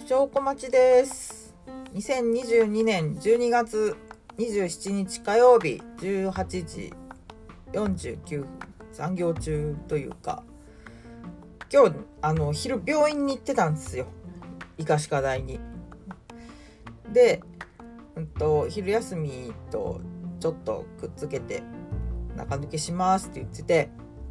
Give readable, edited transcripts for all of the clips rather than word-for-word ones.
証拠待ちです。2022年12月27日火曜日18時49分、残業中というか、今日昼病院に行ってたんですよ、医科歯科大に。で、昼休みとちょっとくっつけて中抜けしますって言ってて、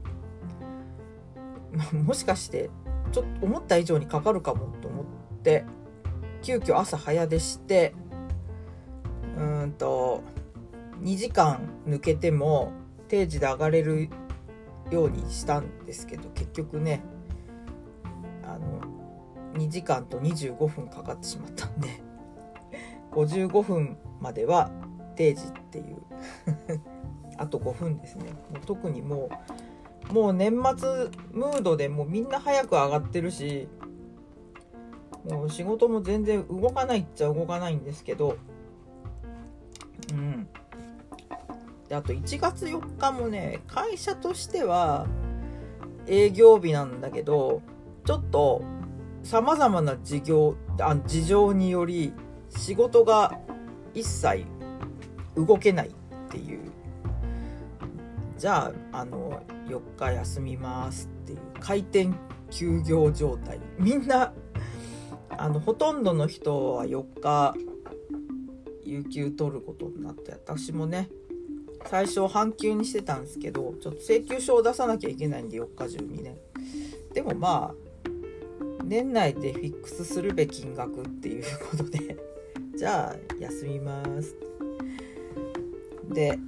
もしかしてちょっと思った以上にかかるかもと思って急遽朝早出して2時間抜けても定時で上がれるようにしたんですけど、結局ね2時間と25分かかってしまったんで55分までは定時っていうあと5分ですね。もう特にもう年末ムードでもうみんな早く上がってるし、もう仕事も全然動かないっちゃ動かないんですけど、であと1月4日もね、会社としては営業日なんだけど、ちょっとさまざまな事情により仕事が一切動けないっていう、じゃあ4日休みますっていう開店休業状態。みんなほとんどの人は4日有給取ることになって、私もね最初半休にしてたんですけど、ちょっと請求書を出さなきゃいけないんで4日中にね。でもまあ年内でフィックスするべき金額っていうことでじゃあ休みますで、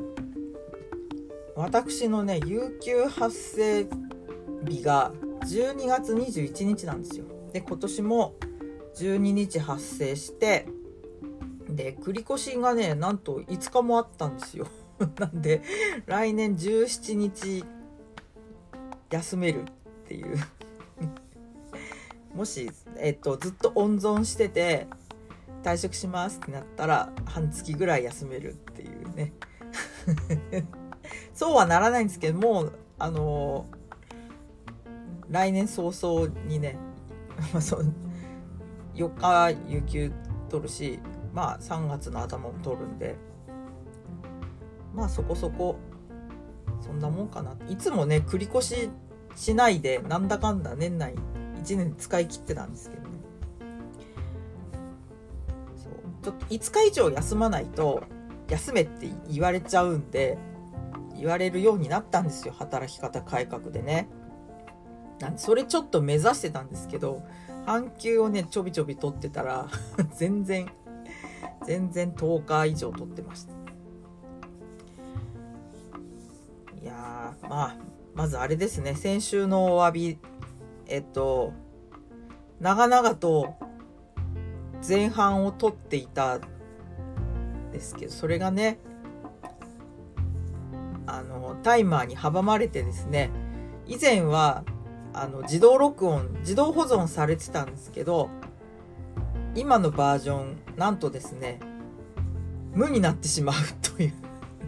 私のね有給発生日が12月21日なんですよ。で今年も12日発生して、で繰り越しがねなんと5日もあったんですよなんで来年17日休めるっていうもし、ずっと温存してて退職しますってなったら半月ぐらい休めるっていうねそうはならないんですけども、来年早々にね4日有給取るし、まあ3月の頭も取るんで、まあそこそこそんなもんかな。いつもね繰り越ししないでなんだかんだ年内1年使い切ってたんですけどね。そうちょっと5日以上休まないと休めって言われちゃうんで、言われるようになったんですよ、働き方改革でね。なんでそれちょっと目指してたんですけど、半休をねちょびちょび取ってたら全然10日以上取ってました。いやまずあれですね、先週のお詫び、長々と前半を取っていたですけど、それがねタイマーに阻まれてですね、以前は自動録音自動保存されてたんですけど、今のバージョンなんとですね無になってしまうという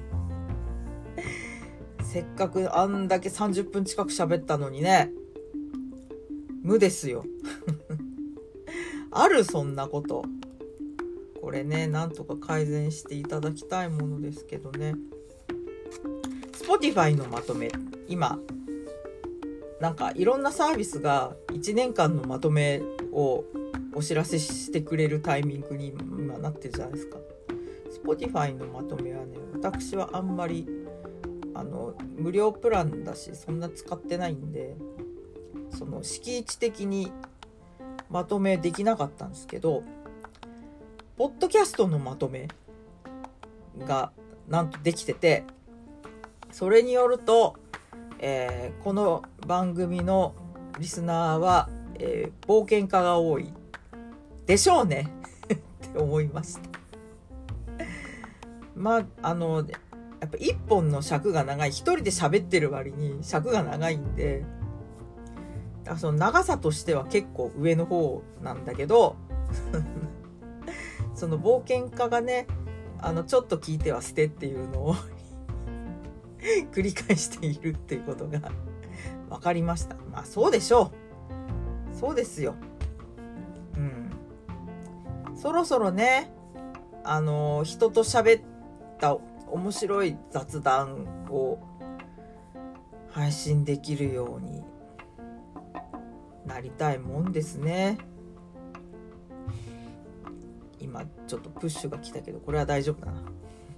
せっかくあんだけ30分近く喋ったのにね、無ですよあるそんなこと。これねなんとか改善していただきたいものですけどね。Spotify のまとめ、今なんかいろんなサービスが1年間のまとめをお知らせしてくれるタイミングに今なってるじゃないですか。 Spotify のまとめはね、私はあんまり無料プランだしそんな使ってないんで、その敷地的にまとめできなかったんですけど、ポッドキャストのまとめがなんとできてて、それによると、この番組のリスナーは、冒険家が多いでしょうねって思いました。まあやっぱ一本の尺が長い、一人で喋ってる割に尺が長いんで、その長さとしては結構上の方なんだけどその冒険家がねちょっと聞いては捨てっていうのを繰り返しているっていうことが分かりました。まあそうでしょう、そうですよ。 そろそろね、人と喋った面白い雑談を配信できるようになりたいもんですね。今ちょっとプッシュが来たけど、これは大丈夫だな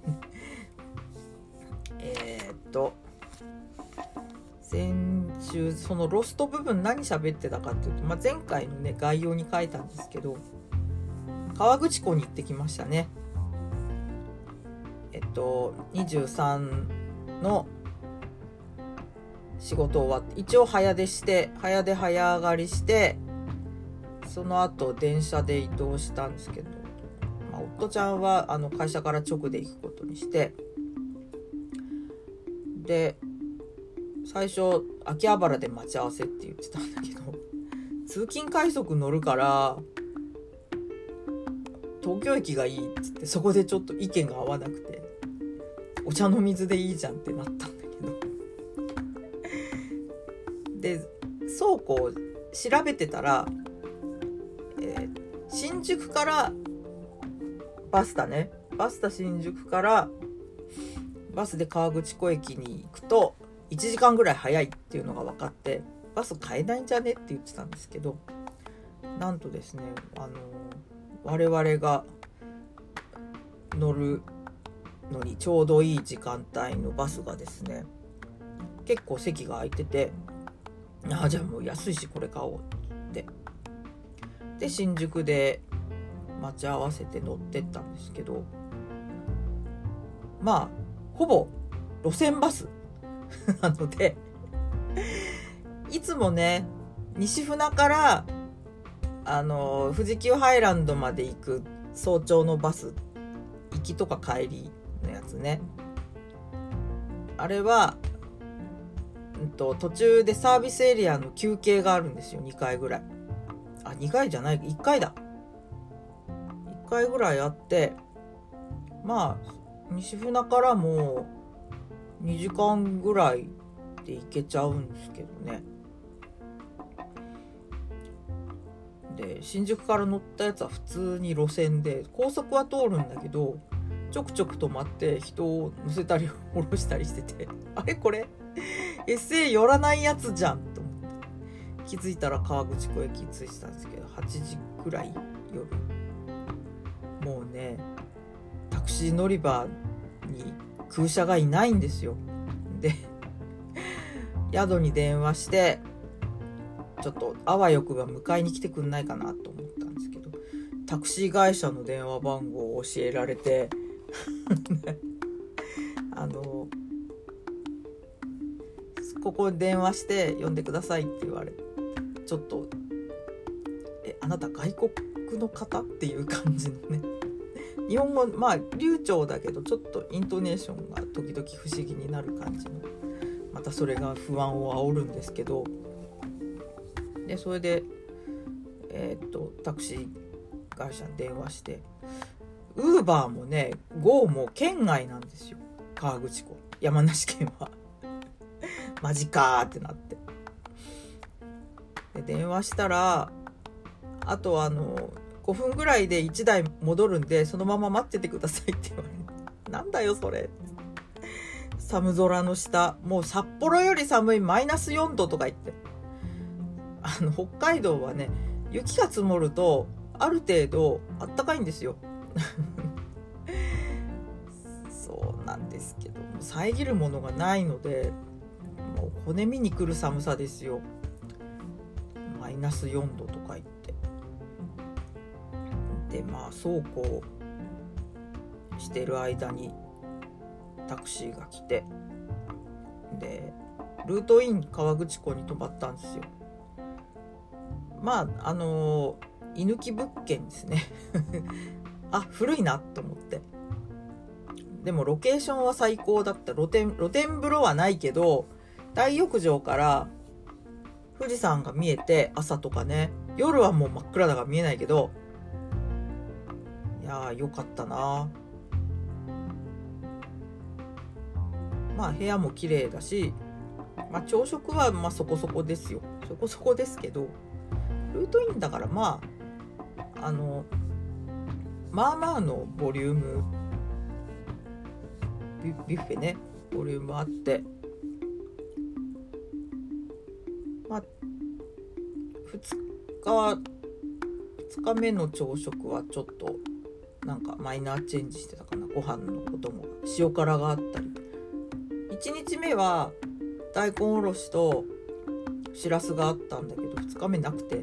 先週そのロスト部分何喋ってたかっていうと、前回のね概要に書いたんですけど、河口湖に行ってきましたね。23の仕事終わって、一応早出早上がりして、その後電車で移動したんですけど、夫ちゃんは会社から直で行くことにして、で最初秋葉原で待ち合わせって言ってたんだけど、通勤快速乗るから東京駅がいいっつって、そこでちょっと意見が合わなくて、お茶の水でいいじゃんってなったんだけどで倉庫を調べてたら、新宿からバスタ新宿からバスで河口湖駅に行くと1時間ぐらい早いっていうのが分かって、バス買えないんじゃねって言ってたんですけど、なんとですね、我々が乗るのにちょうどいい時間帯のバスがですね、結構席が空いてて、じゃあもう安いしこれ買おうってで、新宿で待ち合わせて乗ってったんですけど、ほぼ路線バスなので、いつもね西船から富士急ハイランドまで行く早朝のバス、行きとか帰りのやつね、あれは途中でサービスエリアの休憩があるんですよ。2回ぐらい、2回じゃない、1回だ、1回ぐらいあって、西船からも2時間ぐらいで行けちゃうんですけどね。で新宿から乗ったやつは普通に路線で、高速は通るんだけどちょくちょく止まって人を乗せたり降ろしたりしてて、あれこれ SA 寄らないやつじゃんと思って、気づいたら河口湖駅着いてたんですけど、8時くらい夜、もうねタクシー乗り場に空車がいないんですよ。で宿に電話して、ちょっとあわよくば迎えに来てくんないかなと思ったんですけど、タクシー会社の電話番号を教えられてここに電話して呼んでくださいって言われて、ちょっとあなた外国の方っていう感じのね、日本語流暢だけどちょっとイントネーションが時々不思議になる感じの、またそれが不安を煽るんですけど、でそれでタクシー会社に電話して、ウーバーもね GO も県外なんですよ、河口湖、山梨県はマジかーってなって、で電話したら、あと5分ぐらいで1台戻るんでそのまま待っててくださいって言われて、なんだよそれ、寒空の下、もう札幌より寒いマイナス4度とか言って、北海道はね雪が積もるとある程度あったかいんですよそうなんですけど、遮るものがないのでもう骨身にくる寒さですよ。マイナス4度とか言って、でそうこうしてる間にタクシーが来て、でルートイン河口湖に泊まったんですよ。居抜き物件ですね古いなと思って、でもロケーションは最高だった。露天風呂はないけど大浴場から富士山が見えて、朝とかね、夜はもう真っ暗だから見えないけど、いやーよかったな。部屋も綺麗だし、朝食はそこそこですよ、そこそこですけど、ルートインだからまあまあのボリューム、ビュッフェね、ボリュームあって、まあ2日目の朝食はちょっとなんかマイナーチェンジしてたかな。ご飯のことも塩辛があったり、1日目は大根おろしとしらすがあったんだけど、2日目なくて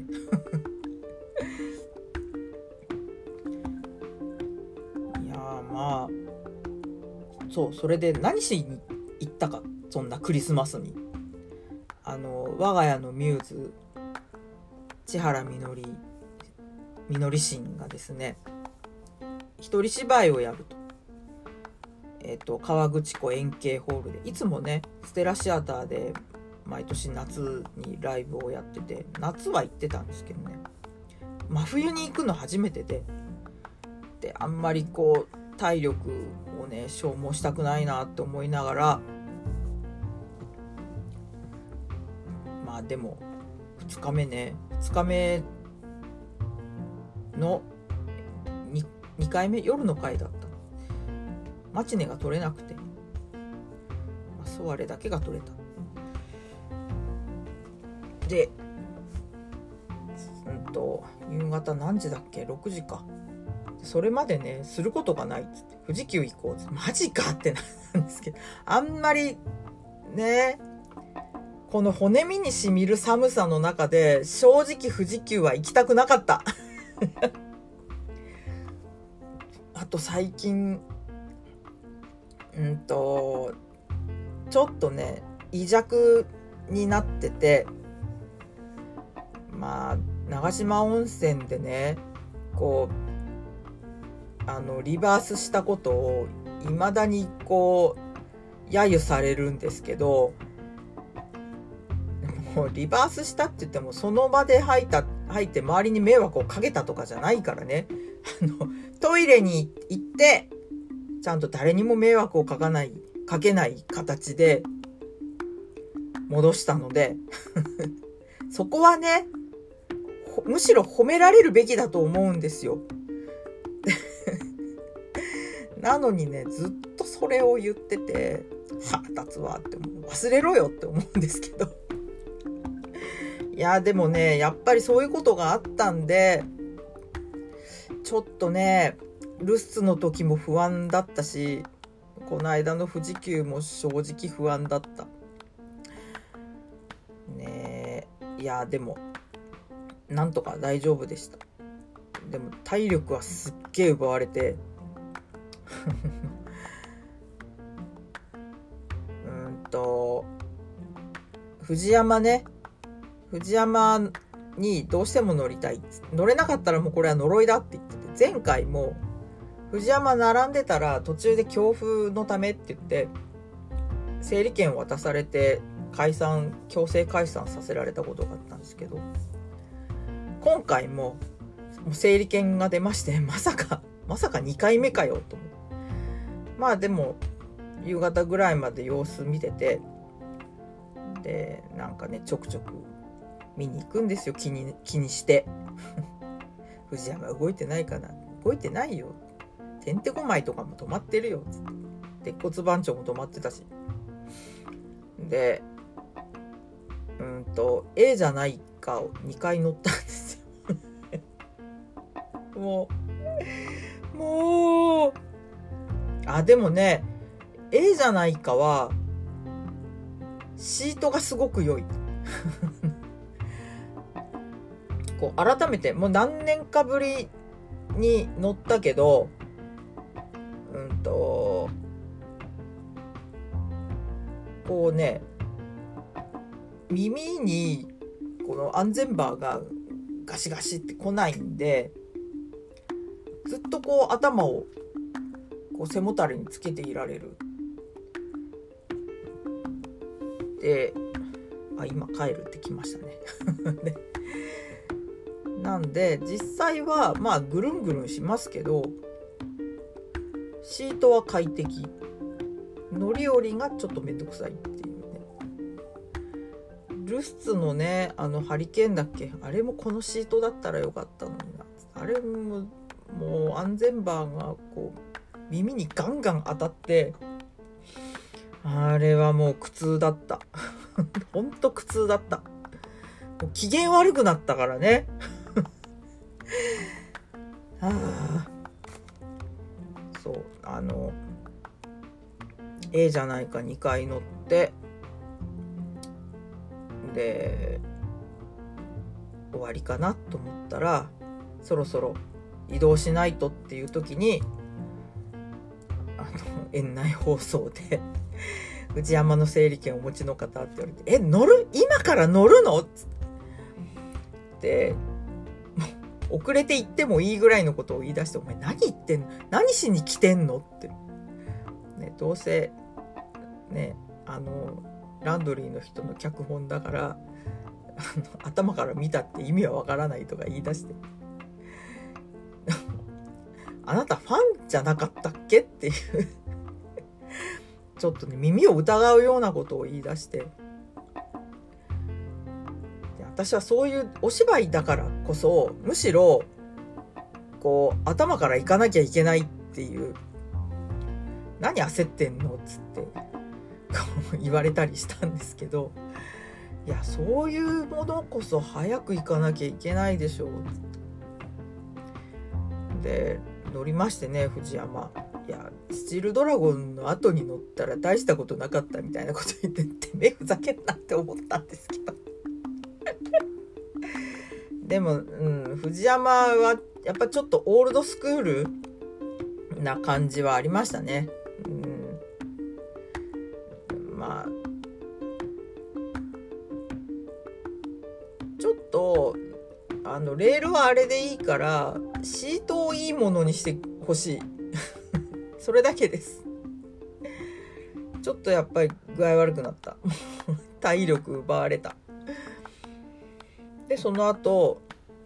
いやまあそう、それで何しに行ったか、そんなクリスマスに我が家のミューズ千原みのり神がですね、一人芝居をやると、河口湖円形ホールで、いつもねステラシアターで毎年夏にライブをやってて、夏は行ってたんですけどね、真冬に行くの初めてであんまりこう体力をね消耗したくないなって思いながら、まあでも2日目の 2回目夜の回だった。マチネが取れなくて、ソワレだけが取れた。で夕方何時だっけ、6時か。それまでねすることがないっつって、富士急行こうっつって、マジかってなったんですけど、あんまりねこの骨身にしみる寒さの中で正直富士急は行きたくなかったあと最近ちょっとね胃弱になってて、まあ長島温泉でねこうリバースしたことを未だにこう揶揄されるんですけど、もうリバースしたって言ってもその場で吐いて周りに迷惑をかけたとかじゃないからね、トイレに行ってちゃんと誰にも迷惑をかけない形で戻したのでそこはねむしろ褒められるべきだと思うんですよなのにねずっとそれを言ってて腹立つわって忘れろよって思うんですけどいやでもねやっぱりそういうことがあったんで、ちょっとね留守の時も不安だったし、この間の富士急も正直不安だったね。いやでもなんとか大丈夫でした。でも体力はすっげえ奪われて富士山にどうしても乗りたい。乗れなかったらもうこれは呪いだって言ってて、前回も富士山並んでたら途中で強風のためって言って整理券を渡されて強制解散させられたことがあったんですけど、今回も整理券が出まして、まさか2回目かよと思って、まあでも夕方ぐらいまで様子見てて、でなんかねちょくちょく見に行くんですよ、気にして富士山動いてないかな。動いてないよ、てんてこまいとかも止まってるよつって、鉄骨番長も止まってたし、でA じゃないかを2回乗ったんですよもうでもね A じゃないかはシートがすごく良いこう改めてもう何年かぶりに乗ったけどこうね耳にこの安全バーがガシガシって来ないんで、ずっとこう頭をこう背もたれにつけていられる。で今帰るってきましたねなんで実際はまあぐるんぐるんしますけど、シートは快適、乗り降りがちょっとめんどくさいっていうね。ルスツのねハリケーンだっけ、あれもこのシートだったらよかったのにな。あれももう安全バーがこう耳にガンガン当たって、あれはもう苦痛だったほんと苦痛だった。もう機嫌悪くなったからねそうじゃないか2回乗って、で終わりかなと思ったら、そろそろ移動しないとっていう時に園内放送で藤山の整理券をお持ちの方って言われて、乗る？今から乗るの？つって遅れて行ってもいいぐらいのことを言い出して、お前何言ってんの？何しに来てんの？って、ね、どうせねランドリーの人の脚本だから頭から見たって意味はわからないとか言い出してあなたファンじゃなかったっけっていうちょっとね耳を疑うようなことを言い出して、で私はそういうお芝居だからこそ、むしろこう頭から行かなきゃいけないっていう、何焦ってんのっつって言われたりしたんですけど、いやそういうものこそ早く行かなきゃいけないでしょうで乗りましてね、藤山。いやスチールドラゴンの後に乗ったら大したことなかったみたいなこと言ってて、目ふざけんなって思ったんですけどでも、藤山はやっぱちょっとオールドスクールな感じはありましたね。まあちょっとレールはあれでいいからシートをいいものにしてほしいそれだけです。ちょっとやっぱり具合悪くなった体力奪われた。でその後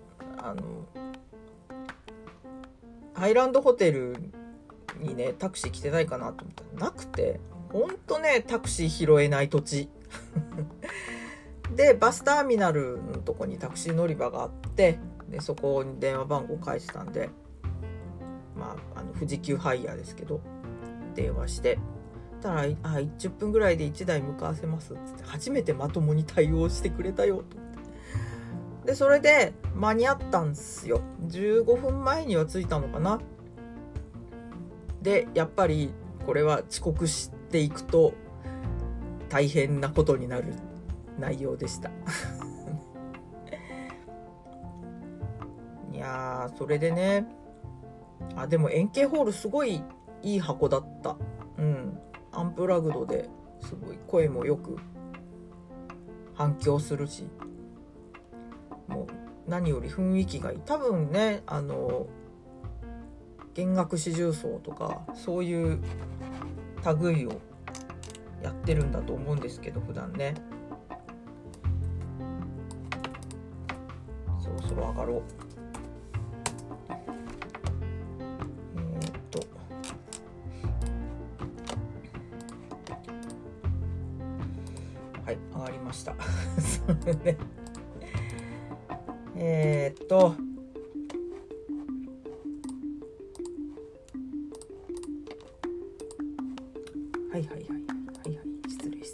ハイランドホテルにねタクシー来てないかなと思ったらなくて、ほんとねタクシー拾えない土地でバスターミナルのとこにタクシー乗り場があって、でそこに電話番号返したんで、富士急ハイヤーですけど電話してたら、10分ぐらいで1台向かわせますっつって、初めてまともに対応してくれたよと思って、でそれで間に合ったんすよ。15分前には着いたのかな。でやっぱりこれは遅刻していくと大変なことになる内容でしたいやそれでね、でも円形ホールすごいいい箱だった。アンプラグドですごい声もよく反響するし、もう何より雰囲気がいい。多分ね弦楽四重奏とかそういう類をやってるんだと思うんですけど、普段ね。そろそろ上がろう。はい、上がりましたねはい失礼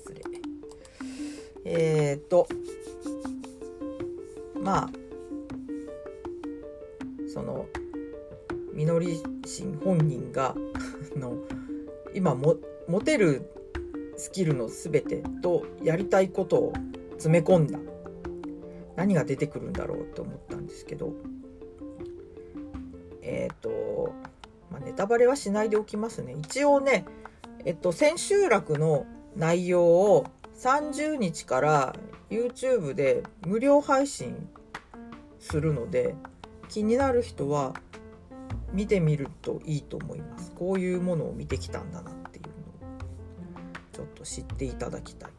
そのみのりしん本人が今モテるスキルのすべてとやりたいことを詰め込んだ何が出てくるんだろうと思ったんですけど、ネタバレはしないでおきますね。一応ね、千秋楽の内容を30日から YouTube で無料配信するので、気になる人は見てみるといいと思います。こういうものを見てきたんだなっていうのをちょっと知っていただきたい。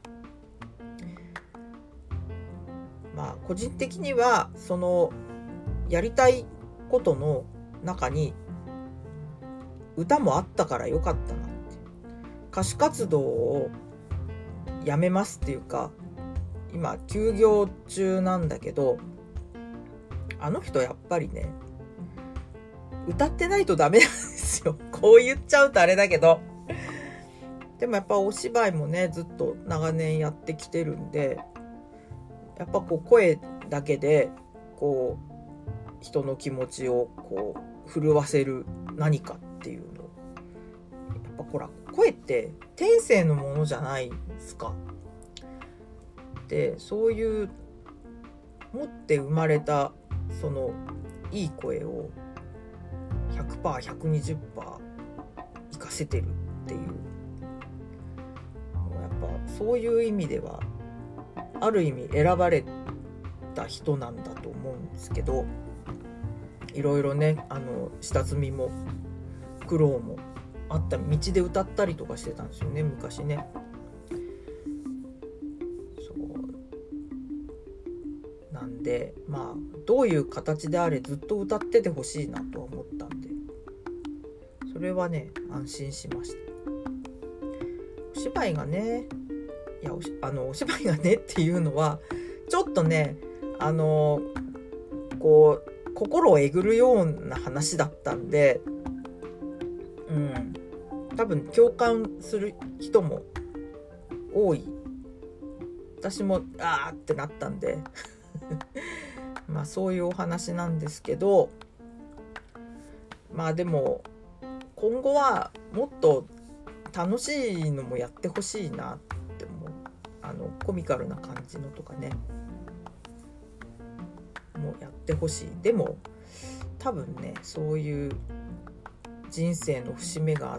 個人的にはそのやりたいことの中に歌もあったからよかったなって。歌手活動をやめますっていうか、今休業中なんだけど、あの人やっぱりね歌ってないとダメなんですよ。こう言っちゃうとあれだけど。でもやっぱお芝居もね、ずっと長年やってきてるんで、やっぱこう声だけで、こう、人の気持ちをこう、震わせる何かっていうの。やっぱほら、声って天性のものじゃないですか。で、そういう、持って生まれた、その、いい声を、100%、120%活かせてるっていう。やっぱそういう意味ではある意味選ばれた人なんだと思うんですけど、いろいろね下積みも苦労もあった。道で歌ったりとかしてたんですよね、昔ね。そうなんで、まあどういう形であれずっと歌っててほしいなとは思ったんで、それはね安心しました。お芝居がね、いやお芝居がねっていうのはちょっとねこう心をえぐるような話だったんで、多分共感する人も多い。私もあーってなったんでまあそういうお話なんですけど、まあでも今後はもっと楽しいのもやってほしいなって思う。コミカルな感じのとかねもやってほしい。でも多分ね、そういう人生の節目があって、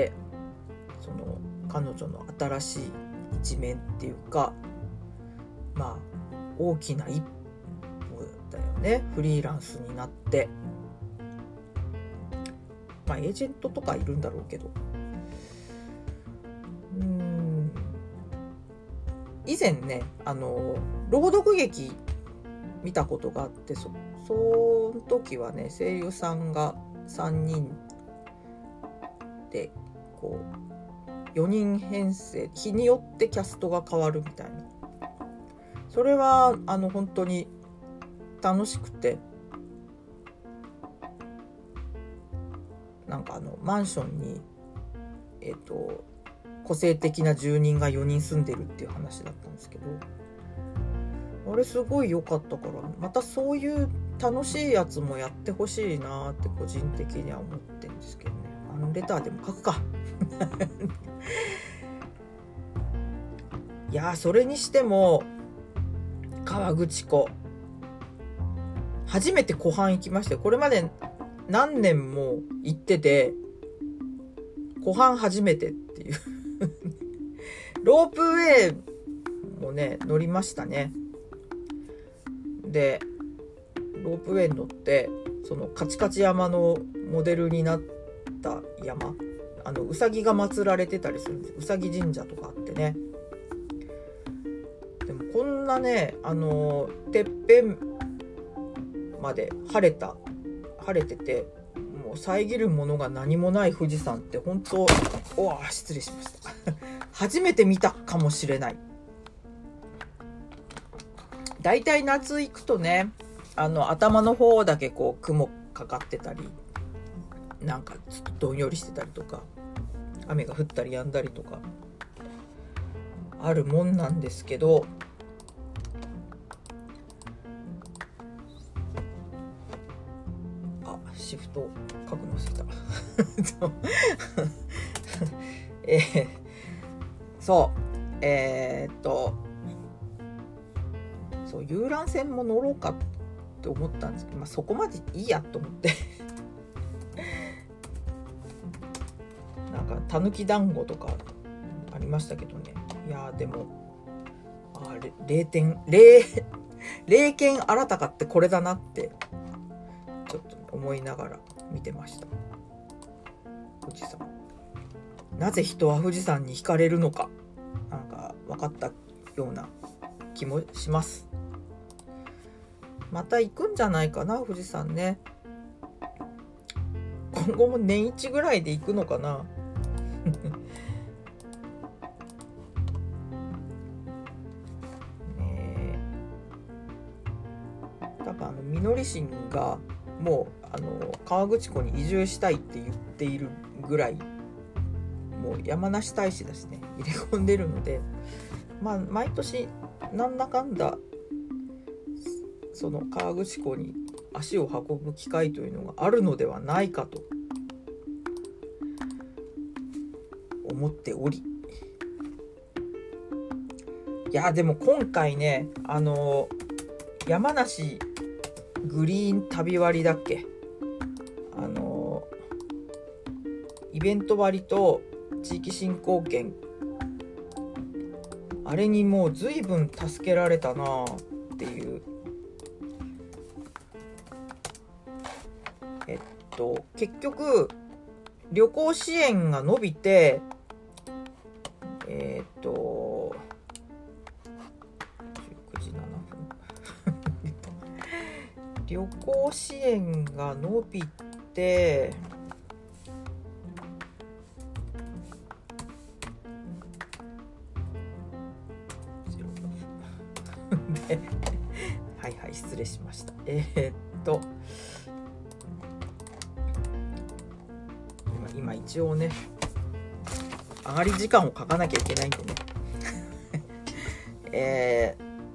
その彼女の新しい一面っていうか、まあ大きな一歩だよね。フリーランスになって、まあエージェントとかいるんだろうけど、以前ね朗読劇見たことがあって、その時はね声優さんが3人でこう4人編成、日によってキャストが変わるみたいな。それは本当に楽しくて、なんかマンションに個性的な住人が4人住んでるっていう話だったんですけど、あれすごい良かったから、またそういう楽しいやつもやってほしいなって個人的には思ってるんですけどね。レターでも書くかいやそれにしても河口湖初めて湖畔行きましたよ。これまで何年も行ってて、湖畔初めてっていうロープウェイもね乗りましたね。でロープウェイに乗って、そのカチカチ山のモデルになった山、うさぎが祀られてたりするんです。うさぎ神社とかあってね。でもこんなねてっぺんまで晴れてて、もう遮るものが何もない富士山って本当、失礼しました初めて見たかもしれない。だいたい夏行くとね頭の方だけこう雲かかってたり、なんかちょっとどんよりしてたりとか、雨が降ったり止んだりとかあるもんなんですけど、シフト書くの忘れたそう遊覧船も乗ろうかって思ったんですけど、そこまでいいやと思ってなんかたぬき団子とかありましたけどね。いやでも霊剣新たかってこれだなってちょっと思いながら見てました。富士山、なぜ人は富士山に惹かれるのか、なんか分かったような気もします。また行くんじゃないかな、富士山ね。今後も年一ぐらいで行くのかな多分みのりしんがもう河口湖に移住したいって言っているぐらい、もう山梨大使だしね、入れ込んでるので、まあ毎年なんだかんだその河口湖に足を運ぶ機会というのがあるのではないかと思っており、いやでも今回ね、山梨グリーン旅割だっけ、イベント割と地域振興券、あれにもう随分助けられたなっていう。結局旅行支援が伸びて、19時7分旅行支援が伸びて、はいはい、失礼しました。今一応ね、上がり時間を書かなきゃいけないんでね。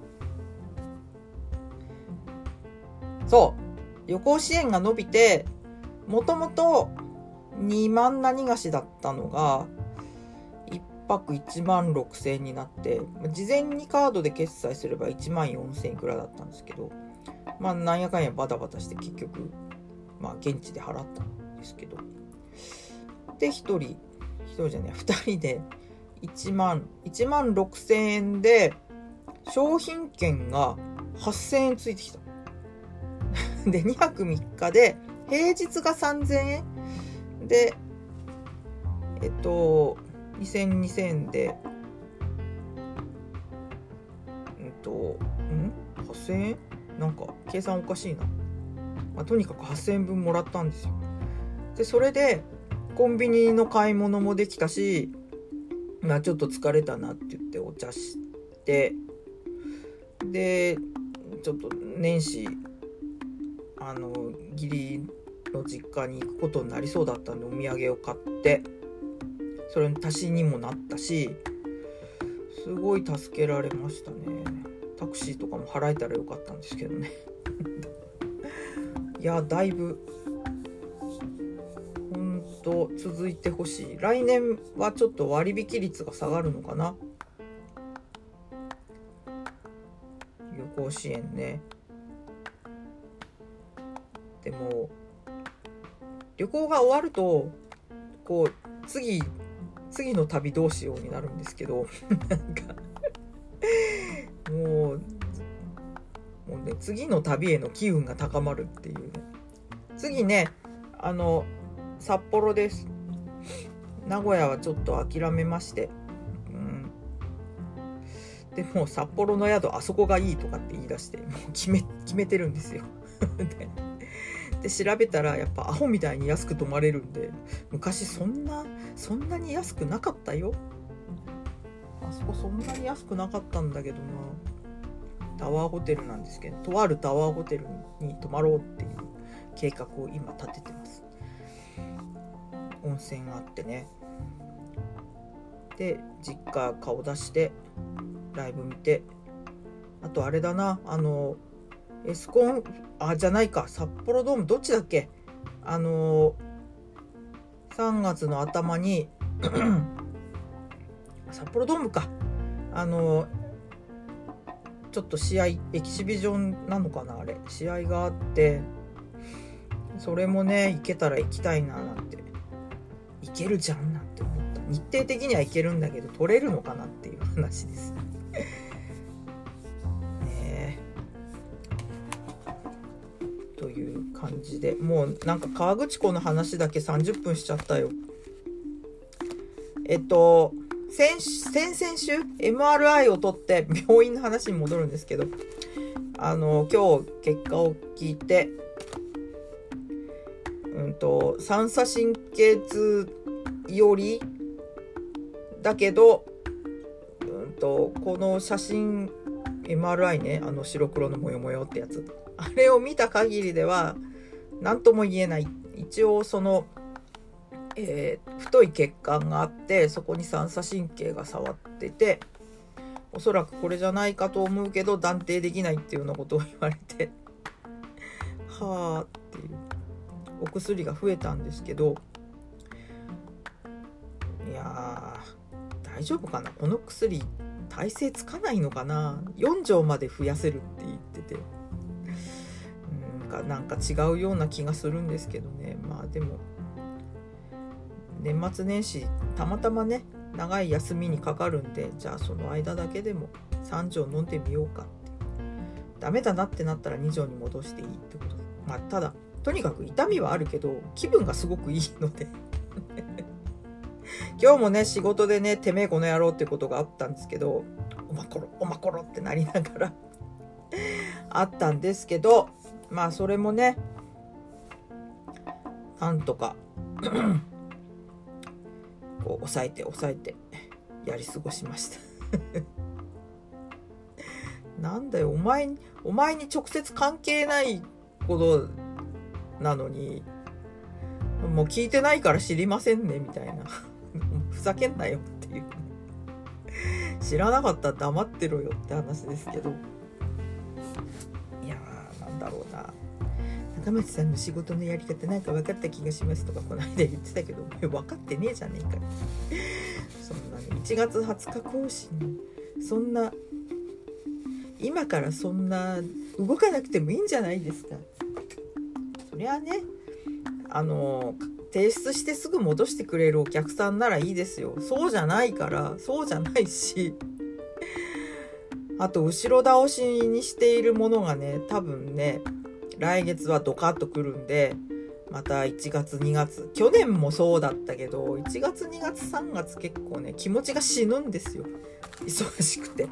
そう旅行支援が伸びて、もともと2万何がしだったのが1泊1万6000円になって、事前にカードで決済すれば1万4000円くらいだったんですけど、まあなんやかんやバタバタして結局まあ現地で払ったんですけど、で1人じゃねえ2人で1万6000円で商品券が8000円ついてきたで2泊3日で平日が3000円で2000円で8000円なんか計算おかしいな、まあ、とにかく8000円分もらったんですよ。でそれでコンビニの買い物もできたし、まあちょっと疲れたなって言ってお茶して、でちょっと年始義理の実家に行くことになりそうだったんでお土産を買って、それの足しにもなったし、すごい助けられましたね。タクシーとかも払えたらよかったんですけどねいやだいぶ続いてほしい。来年はちょっと割引率が下がるのかな、旅行支援ね。でも旅行が終わるとこう次の旅どうしようになるんですけどなんかもうね、次の旅への機運が高まるっていうね。次ね札幌です。名古屋はちょっと諦めまして、でも札幌の宿あそこがいいとかって言い出してもう決めてるんですよで調べたらやっぱアホみたいに安く泊まれるんで、昔そんなに安くなかったよ。あそこそんなに安くなかったんだけどな。タワーホテルなんですけど、とあるタワーホテルに泊まろうっていう計画を今立ててます。温泉があってね。で実家顔出してライブ見て、あとあれだな、エスコンじゃないか、札幌ドームどっちだっけ、3月の頭に札幌ドームか、ちょっと試合エキシビジョンなのかな、あれ試合があって、それもね行けたら行きたいななんて、行けるじゃんなんて思った。日程的には行けるんだけど取れるのかなっていう話ですね。という感じで、もうなんか河口湖の話だけ30分しちゃったよ。先々週 MRI を取って病院の話に戻るんですけど、今日結果を聞いて、三叉神経痛よりだけど、この写真 MRI ね、白黒のモヨモヨってやつ、あれを見た限りでは何とも言えない。一応その、太い血管があって、そこに三叉神経が触ってて、おそらくこれじゃないかと思うけど断定できないっていうようなことを言われてはあっていうお薬が増えたんですけど、いやー大丈夫かな、この薬耐性つかないのかな。4錠まで増やせるって言ってて、なんか違うような気がするんですけどね。まあでも年末年始たまたまね長い休みにかかるんで、じゃあその間だけでも3錠飲んでみようかって。ダメだなってなったら2錠に戻していいってことで、まあただとにかく痛みはあるけど気分がすごくいいので今日もね仕事でねてめえこの野郎ってことがあったんですけど、おまころおまころってなりながらあったんですけど、まあそれもねなんとかこう抑えてやり過ごしましたなんだよお前に直接関係ないことなのにもう聞いてないから知りませんねみたいなふざけんなよっていう知らなかったら黙ってろよって話ですけど、いやーなんだろうな、中町さんの仕事のやり方なんか分かった気がしますとかこの間言ってたけど、分かってねえじゃねえかそんなね1月20日更新そんな今からそんな動かなくてもいいんじゃないですか。そりゃね提出してすぐ戻してくれるお客さんならいいですよ。そうじゃないからそうじゃないし、あと後ろ倒しにしているものがね多分ね来月はドカッとくるんで、また1月2月去年もそうだったけど1月2月3月結構ね気持ちが死ぬんですよ、忙しくて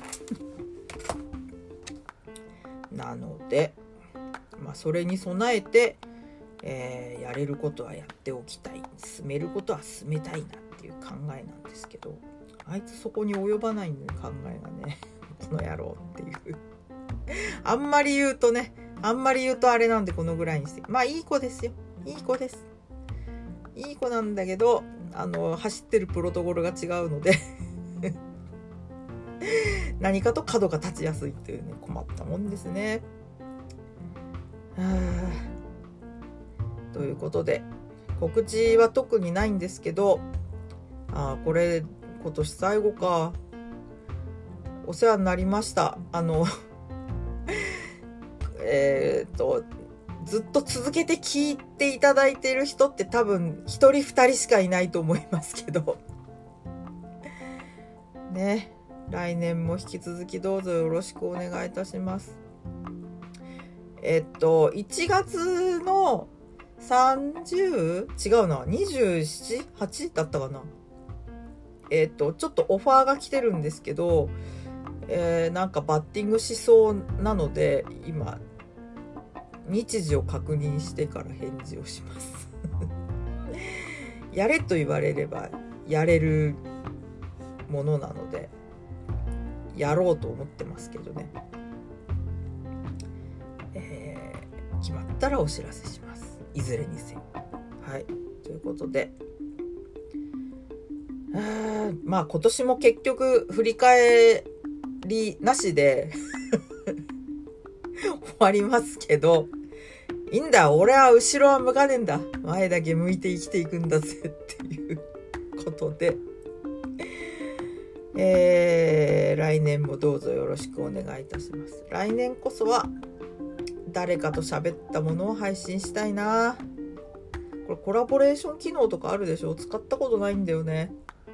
なのでまあそれに備えて、やれることはやっておきたい、進めることは進めたいなっていう考えなんですけど、あいつそこに及ばないのに考えがねこの野郎っていうあんまり言うとあれなんでこのぐらいにして、まあいい子ですよ、いい子です、いい子なんだけど走ってるプロトコルが違うので何かと角が立ちやすいっていうね、困ったもんですね。ということで告知は特にないんですけど、これ今年最後か。お世話になりました。ずっと続けて聞いていただいている人って多分1人2人しかいないと思いますけどね、来年も引き続きどうぞよろしくお願いいたします。1月の30？ 違うな、27、8だったかな。ちょっとオファーが来てるんですけど、なんかバッティングしそうなので今日時を確認してから返事をしますやれと言われればやれるものなのでやろうと思ってますけどね、決まったらお知らせします、いずれにせよ。はい、ということでまあ今年も結局振り返りなしで終わりますけど、いいんだ、俺は後ろは向かねえんだ、前だけ向いて生きていくんだぜっていうことで、来年もどうぞよろしくお願いいたします。来年こそは誰かと喋ったものを配信したいな。これコラボレーション機能とかあるでしょ、使ったことないんだよね。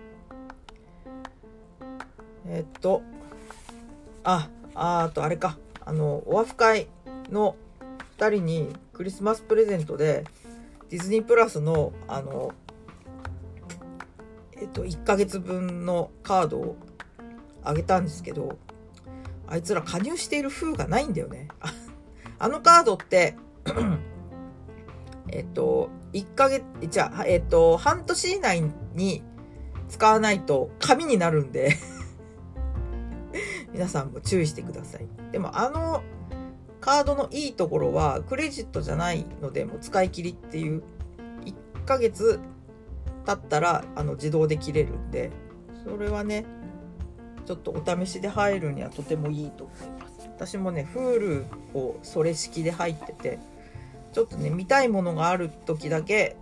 あとあれか、オアフ会の2人にクリスマスプレゼントでディズニープラスの1ヶ月分のカードをあげたんですけど、あいつら加入している風がないんだよね。あのカードって1ヶ月半年以内に使わないと紙になるんで皆さんも注意してください。でもカードのいいところはクレジットじゃないのでもう使い切りっていう、1ヶ月経ったら自動で切れるんで、それはねちょっとお試しで入るにはとてもいいと思います。私もね Hulu をそれ式で入ってて、ちょっとね見たいものがある時だけ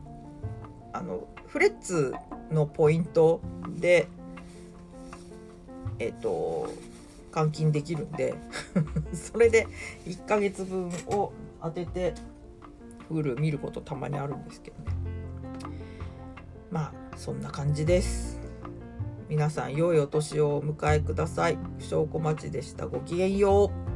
フレッツのポイントで換金できるんでそれで1ヶ月分を当てて Hulu 見ることたまにあるんですけどね。まあそんな感じです。皆さん良いお年をお迎えください。不祥小町でした。ごきげんよう。